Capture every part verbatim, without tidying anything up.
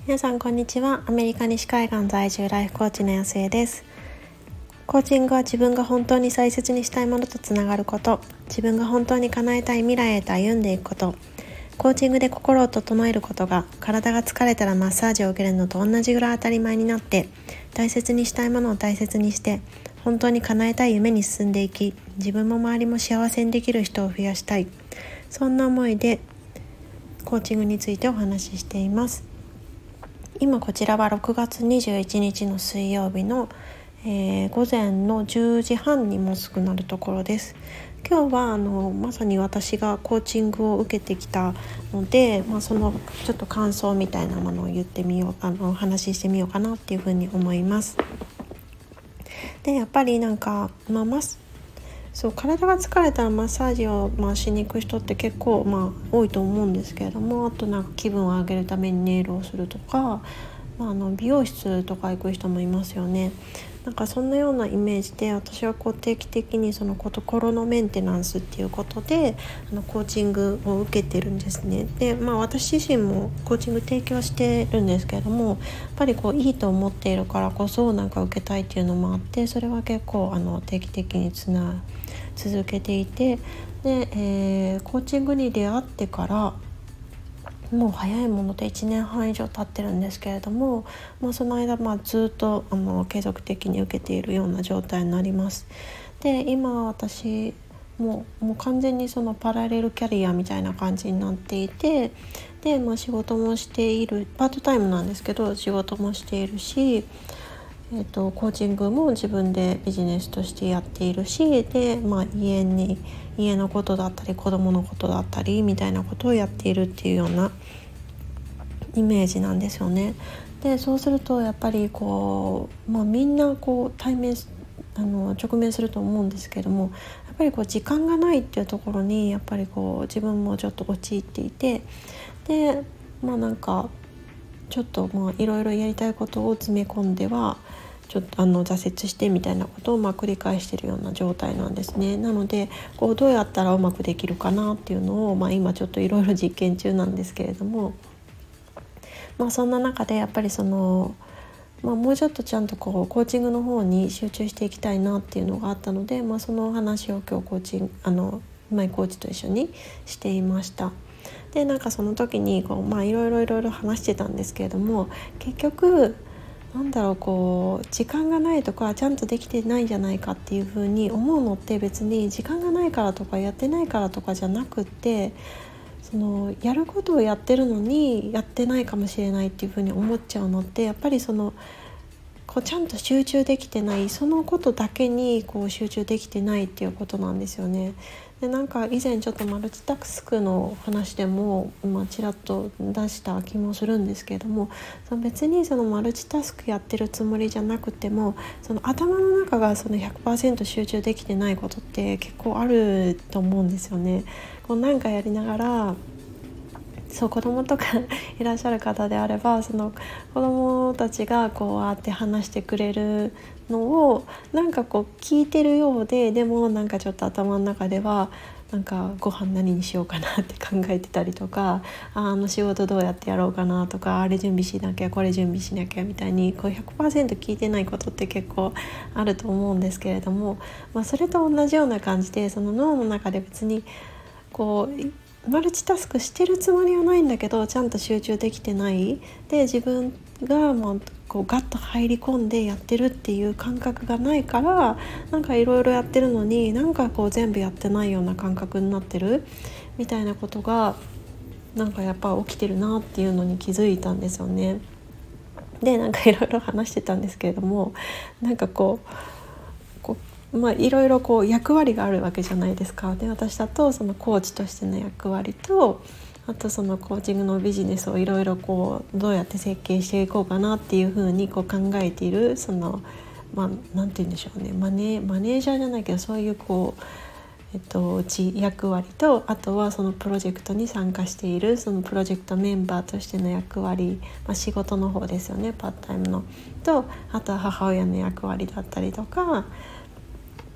皆さんこんにちは。アメリカ西海岸在住ライフコーチの安江です。コーチングは自分が本当に大切にしたいものとつながること、自分が本当に叶えたい未来へと歩んでいくこと、コーチングで心を整えることが体が疲れたらマッサージを受けるのと同じぐらい当たり前になって、大切にしたいものを大切にして本当に叶えたい夢に進んでいき、自分も周りも幸せにできる人を増やしたい、そんな思いでコーチングについてお話ししています。今こちらはろくがつにじゅういちにちの水曜日の、えー、午前のじゅうじはんにもうすぐなるところです。今日はあのまさに私がコーチングを受けてきたので、まあ、そのちょっと感想みたいなものを言ってみようあの話してみようかなっていうふうに思います。でやっぱりなんか、まあ、マスそう体が疲れたらマッサージを、まあ、しに行く人って結構、まあ、多いと思うんですけれども、あとなんか気分を上げるためにネイルをするとか、まあ、あの美容室とか行く人もいますよね。なんかそんなようなイメージで私はこう定期的にその心のメンテナンスっていうことであのコーチングを受けてるんですね。で、まあ、私自身もコーチング提供してるんですけれども、やっぱりこういいと思っているからこそなんか受けたいっていうのもあって、それは結構あの定期的につな続けていて、で、えー、コーチングに出会ってからもう早いものでいちねんはん以上経ってるんですけれども、もうその間、まあ、ずっとあの継続的に受けているような状態になります。で今私もう、もう完全にそのパラレルキャリアみたいな感じになっていて、で、まあ、仕事もしている、パートタイムなんですけど仕事もしているし、えーと、コーチングも自分でビジネスとしてやっているし、で、まあ、家に家のことだったり子供のことだったりみたいなことをやっているっていうようなイメージなんですよね。でそうするとやっぱりこう、まあ、みんなこう対面あの直面すると思うんですけども、やっぱりこう時間がないっていうところにやっぱりこう自分もちょっと陥っていて、でまあなんかちょっとまあいろいろやりたいことを詰め込んではちょっとあの挫折してみたいなことをまあ繰り返しているような状態なんですね。なのでこうどうやったらうまくできるかなっていうのを、まあ、今ちょっといろいろ実験中なんですけれども、まあ、そんな中でやっぱりその、まあ、もうちょっとちゃんとこうコーチングの方に集中していきたいなっていうのがあったので、まあ、そのお話を今日コーチングあのマイコーチと一緒にしていました。でなんかその時にこう、まあ、いろいろいろいろ話してたんですけれども、結局なんだろうこう時間がないとかちゃんとできてないんじゃないかっていう風に思うのって、別に時間がないからとかやってないからとかじゃなくって、そのやることをやってるのにやってないかもしれないっていう風に思っちゃうのって、やっぱりそのこうちゃんと集中できてない、そのことだけにこう集中できてないっていうことなんですよね。でなんか以前ちょっとマルチタスクの話でも、まあ、ちらっと出した気もするんですけれども、その別にそのマルチタスクやってるつもりじゃなくても、その頭の中がその ひゃくパーセント 集中できてないことって結構あると思うんですよね。こうなんかやりながらそう子供とかいらっしゃる方であれば、その子供たちがこうあって話してくれるのをなんかこう聞いてるようで、でもなんかちょっと頭の中ではなんかご飯何にしようかなって考えてたりとか、ああの仕事どうやってやろうかなとか、あれ準備しなきゃこれ準備しなきゃみたいにこう ひゃくパーセント 聞いてないことって結構あると思うんですけれども、まあ、それと同じような感じで、その脳の中で別にこうマルチタスクしてるつもりはないんだけどちゃんと集中できてないで、自分がもうこうガッと入り込んでやってるっていう感覚がないから、なんかいろいろやってるのになんかこう全部やってないような感覚になってるみたいなことがなんかやっぱ起きてるなっていうのに気づいたんですよね。でなんかいろいろ話してたんですけれども、なんかこうこうまあいろいろこう役割があるわけじゃないですか。で私だとそのコーチとしての役割と、あとそのコーチングのビジネスをいろいろこうどうやって設計していこうかなっていうふうにこう考えている、そのまあなんて言うんでしょうね、マネマネージャーじゃないけどそういうこうえっと、役割と、あとはそのプロジェクトに参加しているそのプロジェクトメンバーとしての役割、まあ、仕事の方ですよね、パートタイムのと、あとは母親の役割だったりとか、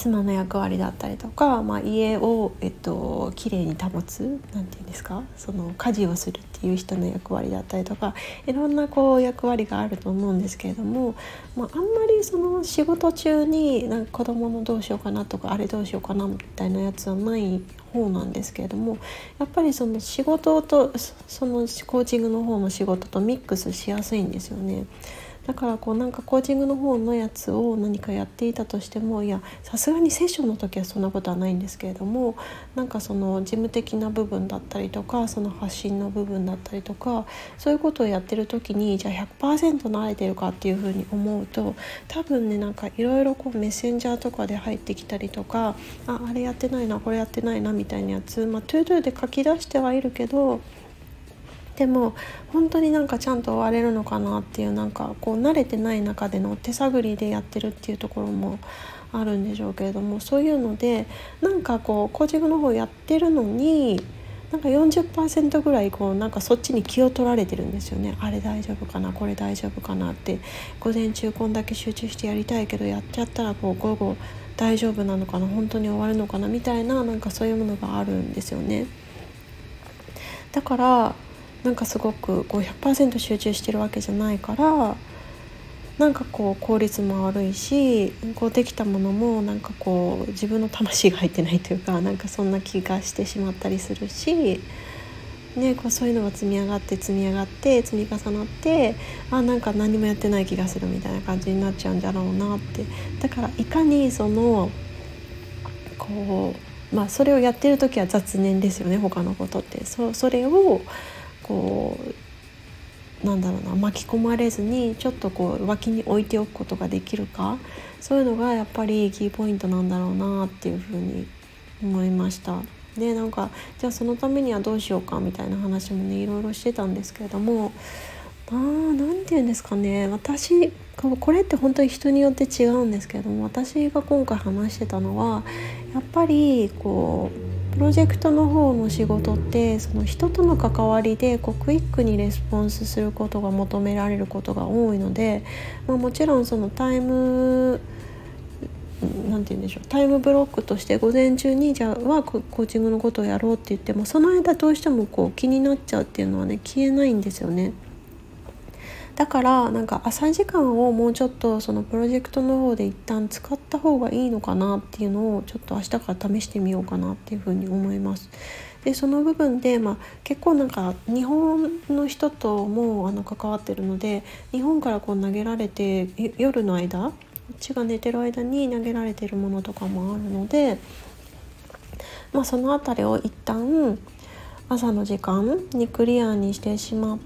妻の役割だったりとか、まあ、家を、えっと、きれいに保つなんていうんですか、その家事をするっていう人の役割だったりとか、いろんなこう役割があると思うんですけれども、まあ、あんまりその仕事中になんか子供のどうしようかなとかあれどうしようかなみたいなやつはない方なんですけれども、やっぱりその仕事とそのコーチングの方の仕事とミックスしやすいんですよね。だからこうなんかコーチングの方のやつを何かやっていたとしても、いやさすがにセッションの時はそんなことはないんですけれども、なんかその事務的な部分だったりとか、その発信の部分だったりとか、そういうことをやってる時にじゃあ ひゃくパーセント 慣れてるかっていうふうに思うと、多分ねなんかいろいろこうメッセンジャーとかで入ってきたりとか、ああれやってないなこれやってないなみたいなやつ、まあ、トゥードゥで書き出してはいるけど、でも本当になんかちゃんと終われるのかなっていう、なんかこう慣れてない中での手探りでやってるっていうところもあるんでしょうけれども、そういうのでなんかこうコーチングの方やってるのになんか よんじゅっパーセント ぐらいこうなんかそっちに気を取られてるんですよね。あれ大丈夫かなこれ大丈夫かなって、午前中こんだけ集中してやりたいけどやっちゃったらこう午後大丈夫なのかな本当に終わるのかなみたいな、なんかそういうものがあるんですよね。だからなんかすごくこう ひゃくパーセント 集中してるわけじゃないから、なんかこう効率も悪いし、こうできたものもなんかこう自分の魂が入ってないというか、なんかそんな気がしてしまったりするし、ね、こうそういうのが積み上がって積み上がって積み重なって、あなんか何もやってない気がするみたいな感じになっちゃうんだろうなって。だからいかにそのこう、まあ、それをやってる時は雑念ですよね、他のことって。 そ, それをこうなんだろうな、巻き込まれずにちょっとこう脇に置いておくことができるか、そういうのがやっぱりキーポイントなんだろうなっていうふうに思いました。でなんかじゃあそのためにはどうしようかみたいな話もねいろいろしてたんですけれども、あなんて言うんですかね、私これって本当に人によって違うんですけれども、私が今回話してたのはやっぱりこうプロジェクトの方の仕事ってその人との関わりでこうクイックにレスポンスすることが求められることが多いので、まあ、もちろんそのタイムなんて言うんでしょう、タイムブロックとして午前中にじゃあはコーチングのことをやろうって言っても、その間どうしてもこう気になっちゃうっていうのはね消えないんですよね。だからなんか朝時間をもうちょっとそのプロジェクトの方で一旦使った方がいいのかなっていうのをちょっと明日から試してみようかなっていうふうに思います。でその部分で、まあ、結構なんか日本の人ともあの関わってるので、日本からこう投げられて夜の間こっちが寝てる間に投げられてるものとかもあるので、まあ、そのあたりを一旦朝の時間にクリアにしてしまって、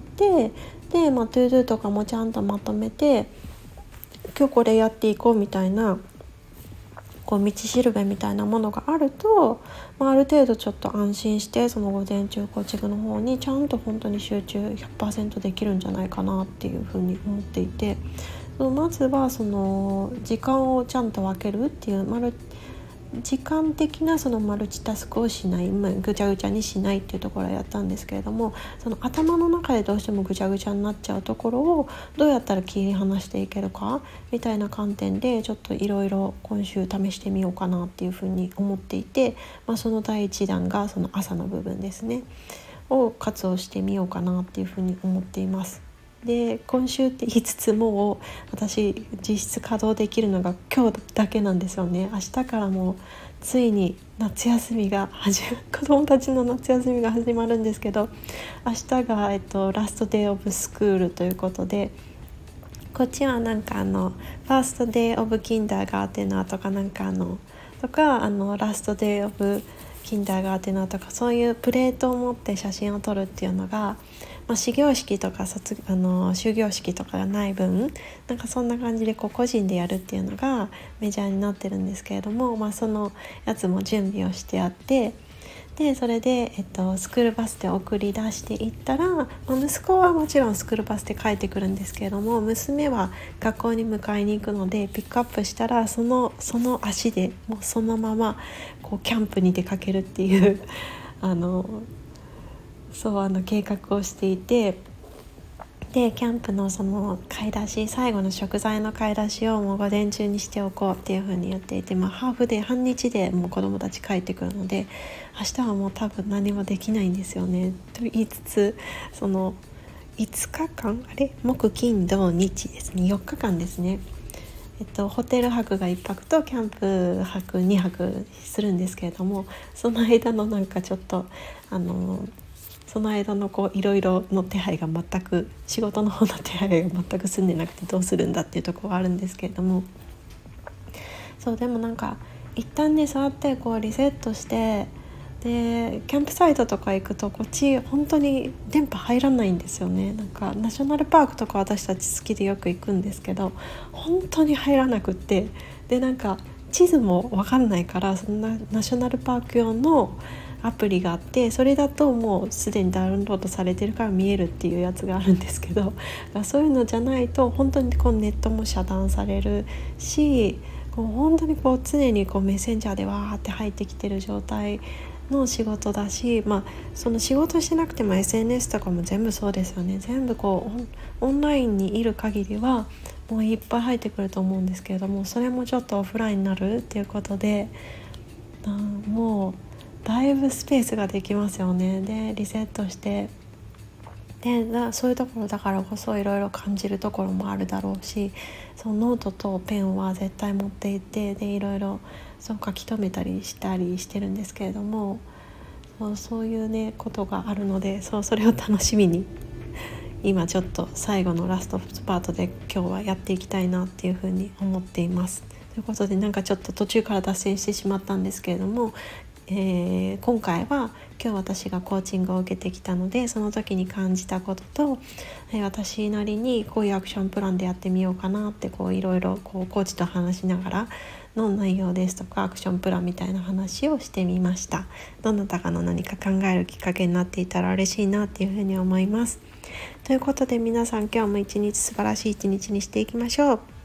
で、まあ、トゥードゥとかもちゃんとまとめて今日これやっていこうみたいなこう道しるべみたいなものがあると、まあ、ある程度ちょっと安心してその午前中コーチングの方にちゃんと本当に集中 ひゃくパーセント できるんじゃないかなっていうふうに思っていて、まずはその時間をちゃんと分けるっていうマル時間的なそのマルチタスクをしない、まあ、ぐちゃぐちゃにしないっていうところをやったんですけれども、その頭の中でどうしてもぐちゃぐちゃになっちゃうところをどうやったら切り離していけるかみたいな観点でちょっといろいろ今週試してみようかなっていうふうに思っていて、まあ、その第一弾がその朝の部分ですねを活用してみようかなっていうふうに思っています。で今週って言いつつもう私実質稼働できるのが今日だけなんですよね。明日からもうついに夏休みが始まる子どもたちの夏休みが始まるんですけど、明日が、えっと、ラストデイオブスクールということで、こっちはなんかあのファーストデイオブキンダーガーテナーとかなんかあのとかあのラストデイオブキンダーガーテナーとかそういうプレートを持って写真を撮るっていうのが、まあ、始業式とか卒あの終業式とかがない分なんかそんな感じでこう個人でやるっていうのがメジャーになってるんですけれども、まあ、そのやつも準備をしてあって、でそれで、えっと、スクールバスで送り出していったら、まあ、息子はもちろんスクールバスで帰ってくるんですけれども、娘は学校に迎えに行くのでピックアップしたらその、その足でもうそのままこうキャンプに出かけるっていうあのそうあの計画をしていて、 でキャンプのその買い出し、最後の食材の買い出しをもう午前中にしておこうっていう風に言っていて、まあ、ハーフで半日でもう子どもたち帰ってくるので、明日はもう多分何もできないんですよね。と言いつつ、そのいつかかんあれ木金土日ですね、よっかかんですね、えっと、ホテル泊がいっぱくとキャンプ泊にはくするんですけれども、その間のなんかちょっとあのその間のこういろいろの手配が全く、仕事の方の手配が全く済んでなくてどうするんだっていうところはあるんですけれども、そうでもなんか一旦ね触ってこうリセットして、でキャンプサイトとか行くとこっち本当に電波入らないんですよね。なんかナショナルパークとか私たち好きでよく行くんですけど、本当に入らなくって、でなんか地図も分かんないから、そんなナショナルパーク用のアプリがあって、それだともうすでにダウンロードされてるから見えるっていうやつがあるんですけど、そういうのじゃないと本当にこうネットも遮断されるし、こう本当にこう常にこうメッセンジャーでわーって入ってきてる状態の仕事だし、まあ、その仕事してなくても エスエヌエス とかも全部そうですよね。全部こうオンラインにいる限りはもういっぱい入ってくると思うんですけれども、それもちょっとオフラインになるっていうことで、あもうだいぶスペースができますよね。でリセットして、でだそういうところだからこそいろいろ感じるところもあるだろうし、そのノートとペンは絶対持っていって、でいろいろそう書き留めたりしたりしてるんですけれども、そう、そういうねことがあるので、そうそれを楽しみに今ちょっと最後のラストスパートで今日はやっていきたいなっていうふうに思っています。ということで、なんかちょっと途中から脱線してしまったんですけれども、えー、今回は今日私がコーチングを受けてきたので、その時に感じたことと、えー、私なりにこういうアクションプランでやってみようかなってこういろいろこうコーチと話しながらの内容ですとか、アクションプランみたいな話をしてみました。どなたかの何か考えるきっかけになっていたら嬉しいなっていうふうに思います。ということで皆さん、今日も一日素晴らしい一日にしていきましょう。